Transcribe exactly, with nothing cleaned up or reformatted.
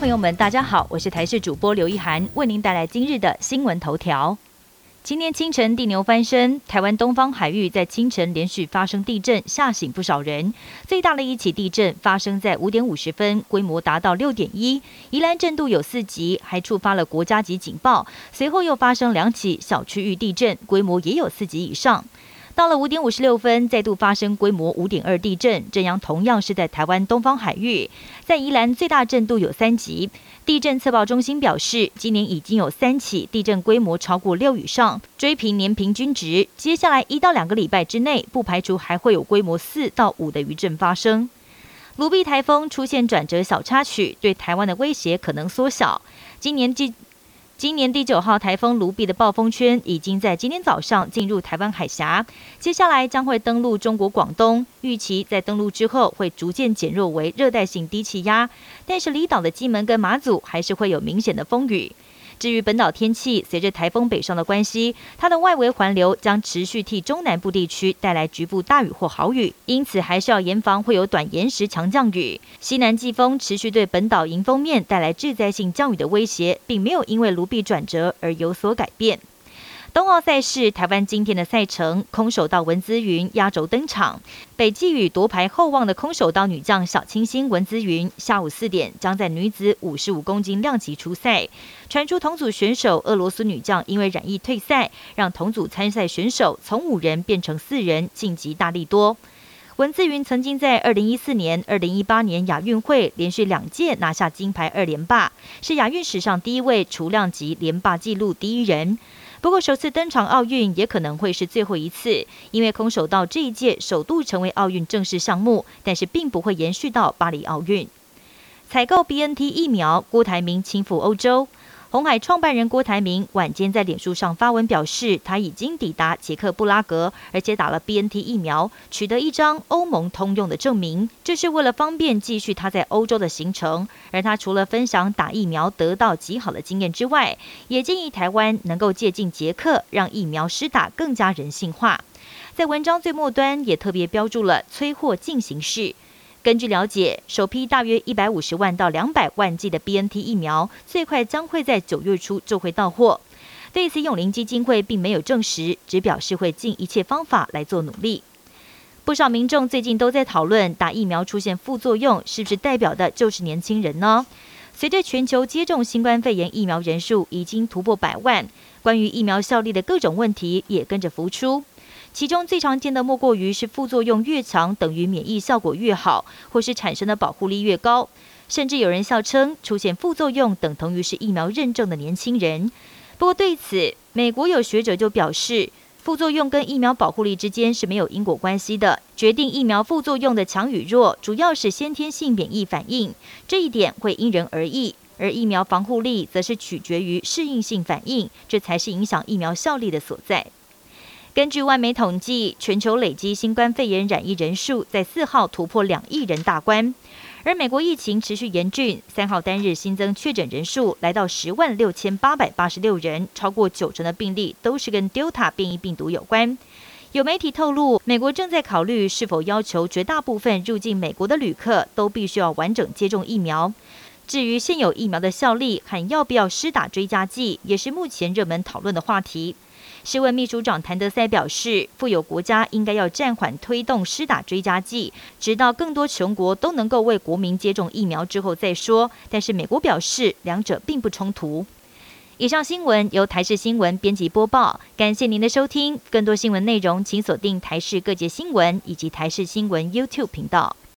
朋友们，大家好，我是台视主播刘一涵，为您带来今日的新闻头条。今天清晨地牛翻身，台湾东方海域在清晨连续发生地震，吓醒不少人。最大的一起地震发生在五点五十分，规模达到六点一，宜兰震度有四级，还触发了国家级警报。随后又发生两起小区域地震，规模也有四级以上。到了五点五十六分，再度发生规模五点二地震，震央同样是在台湾东方海域，在宜兰最大震度有三级。地震测报中心表示，今年已经有三起地震规模超过六以上，追平年平均值。接下来一到两个礼拜之内，不排除还会有规模四到五的余震发生。卢碧台风出现转折小插曲，对台湾的威胁可能缩小。今年第今年第九号台风卢碧的暴风圈已经在今天早上进入台湾海峡，接下来将会登陆中国广东，预期在登陆之后会逐渐减弱为热带性低气压，但是离岛的金门跟马祖还是会有明显的风雨。至于本岛天气，随着台风北上的关系，它的外围环流将持续替中南部地区带来局部大雨或豪雨，因此还是要严防会有短延时强降雨。西南季风持续对本岛迎风面带来致灾性降雨的威胁，并没有因为卢碧转折而有所改变。冬奥赛事，台湾今天的赛程，空手道文姿云压轴登场。北寄予夺牌厚望的空手道女将小清新文姿云，下午四点将在女子五十五公斤量级出赛。传出同组选手俄罗斯女将因为染疫退赛，让同组参赛选手从五人变成四人，晋级大力多。文姿云曾经在二零一四年、二零一八年亚运会连续两届拿下金牌二连霸，是亚运史上第一位除量级连霸纪录第一人。不过，首次登场奥运也可能会是最后一次，因为空手道这一届首度成为奥运正式项目，但是并不会延续到巴黎奥运。采购 B N T 疫苗，郭台铭亲赴欧洲。鸿海创办人郭台铭晚间在脸书上发文表示，他已经抵达捷克布拉格，而且打了 B N T 疫苗，取得一张欧盟通用的证明，这是为了方便继续他在欧洲的行程。而他除了分享打疫苗得到极好的经验之外，也建议台湾能够借鉴捷克，让疫苗施打更加人性化。在文章最末端也特别标注了催货进行式。根据了解，首批大约一百五十万到两百万剂的 B N T 疫苗，最快将会在九月初就会到货。对此，永龄基金会并没有证实，只表示会尽一切方法来做努力。不少民众最近都在讨论，打疫苗出现副作用，是不是代表的就是年轻人呢？随着全球接种新冠肺炎疫苗人数已经突破百万，关于疫苗效力的各种问题也跟着浮出。其中最常见的莫过于是副作用越强等于免疫效果越好，或是产生的保护力越高，甚至有人笑称出现副作用等同于是疫苗认证的年轻人。不过对此，美国有学者就表示，副作用跟疫苗保护力之间是没有因果关系的，决定疫苗副作用的强与弱，主要是先天性免疫反应，这一点会因人而异。而疫苗防护力则是取决于适应性反应，这才是影响疫苗效力的所在。根据外媒统计，全球累积新冠肺炎染疫人数在四号突破两亿人大关，而美国疫情持续严峻，三号单日新增确诊人数来到十万六千八百八十六人，超过九成的病例都是跟 Delta 变异病毒有关。有媒体透露，美国正在考虑是否要求绝大部分入境美国的旅客都必须要完整接种疫苗。至于现有疫苗的效力和要不要施打追加剂，也是目前热门讨论的话题。世卫秘书长谭德塞表示，富有国家应该要暂缓推动施打追加剂，直到更多穷国都能够为国民接种疫苗之后再说。但是美国表示，两者并不冲突。以上新闻由台视新闻编辑播报，感谢您的收听。更多新闻内容，请锁定台视各界新闻以及台视新闻 YouTube 频道。